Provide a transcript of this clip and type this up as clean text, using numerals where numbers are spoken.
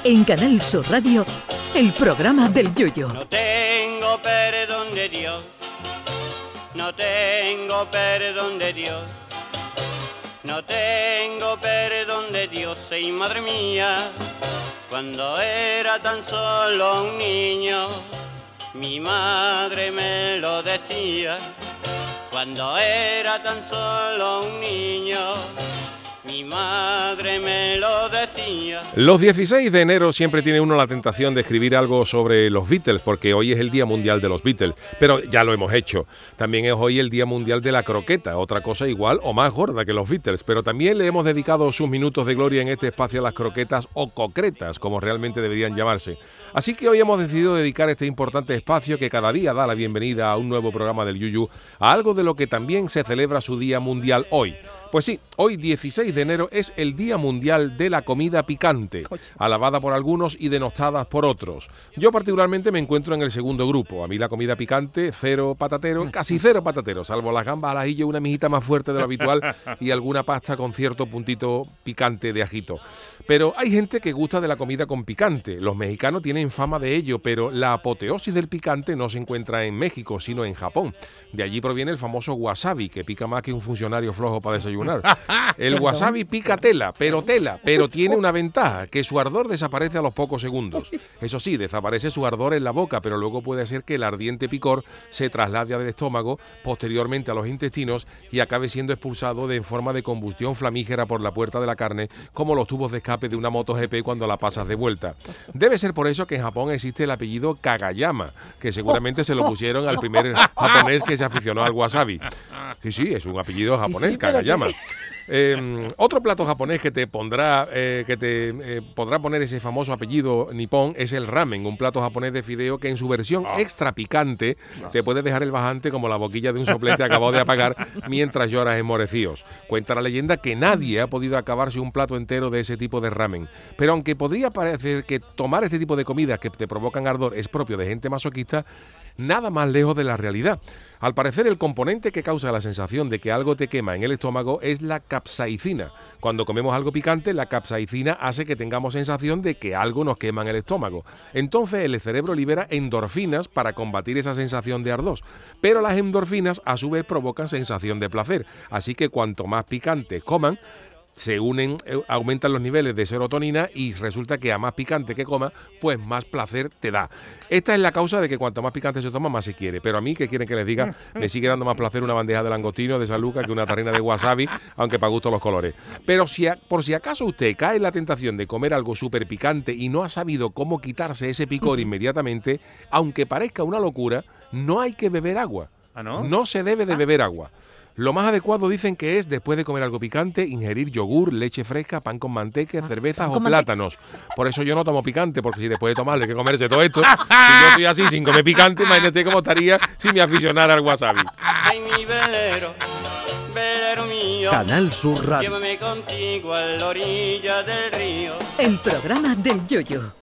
En Canal Sur Radio, el programa del Yoyo. No tengo perdón de Dios, no tengo perdón de Dios, no tengo perdón de Dios, y madre mía, cuando era tan solo un niño, mi madre me lo decía, cuando era tan solo un niño, mi madre me lo decía. Los 16 de enero siempre tiene uno la tentación de escribir algo sobre los Beatles, porque hoy es el Día Mundial de los Beatles, pero ya lo hemos hecho. También es hoy el Día Mundial de la Croqueta, otra cosa igual o más gorda que los Beatles, pero también le hemos dedicado sus minutos de gloria en este espacio a las croquetas o concretas, como realmente deberían llamarse. Así que hoy hemos decidido dedicar este importante espacio que cada día da la bienvenida a un nuevo programa del Yuyu a algo de lo que también se celebra su Día Mundial hoy. Pues sí, hoy 16 de enero es el Día Mundial de la Comida Picante, alabada por algunos y denostada por otros. Yo particularmente me encuentro en el segundo grupo. A mí la comida picante, cero patatero, casi cero patatero, salvo las gambas al ajillo, una mijita más fuerte de lo habitual y alguna pasta con cierto puntito picante de ajito. Pero hay gente que gusta de la comida con picante. Los mexicanos tienen fama de ello, pero la apoteosis del picante no se encuentra en México, sino en Japón. De allí proviene el famoso wasabi, que pica más que un funcionario flojo para desayunar. El wasabi pica tela, pero tiene una ventaja, que su ardor desaparece a los pocos segundos. Eso sí, desaparece su ardor en la boca, pero luego puede ser que el ardiente picor se traslade al estómago, posteriormente a los intestinos y acabe siendo expulsado de forma de combustión flamígera por la puerta de la carne, como los tubos de escape de una MotoGP cuando la pasas de vuelta. Debe ser por eso que en Japón existe el apellido Kagayama, que seguramente se lo pusieron al primer japonés que se aficionó al wasabi. Sí, es un apellido japonés, Kagayama. Otro plato japonés que te podrá poner ese famoso apellido nipón es el ramen, un plato japonés de fideo que en su versión extra picante te puede dejar el bajante como la boquilla de un soplete acabado de apagar mientras lloras enmorecíos. Cuenta la leyenda que nadie ha podido acabarse un plato entero de ese tipo de ramen, pero aunque podría parecer que tomar este tipo de comidas que te provocan ardor es propio de gente masoquista, nada más lejos de la realidad. Al parecer, el componente que causa la sensación de que algo te quema en el estómago es la capsaicina. Cuando comemos algo picante, la capsaicina hace que tengamos sensación de que algo nos quema en el estómago. Entonces, el cerebro libera endorfinas para combatir esa sensación de ardor. Pero las endorfinas, a su vez, provocan sensación de placer. Así que cuanto más picante coman, se unen, aumentan los niveles de serotonina y resulta que a más picante que coma, pues más placer te da. Esta es la causa de que cuanto más picante se toma, más se quiere. Pero a mí, ¿qué quieren que les diga? Me sigue dando más placer una bandeja de langostino de San Lucas que una tarrina de wasabi, aunque para gusto los colores. Pero por si acaso usted cae en la tentación de comer algo súper picante y no ha sabido cómo quitarse ese picor inmediatamente, aunque parezca una locura, no hay que beber agua. ¿Ah, no? No se debe de beber agua. Lo más adecuado dicen que es, después de comer algo picante, ingerir yogur, leche fresca, pan con manteca, cervezas o plátanos. Por eso yo no tomo picante, porque si después de tomarlo hay que comerse todo esto, si yo estoy así sin comer picante, imagínate cómo estaría si me aficionara al wasabi. Ay, mi velero, velero mío, Canal Sur Radio. llévame contigo a la orilla del río. El programa del Yoyo.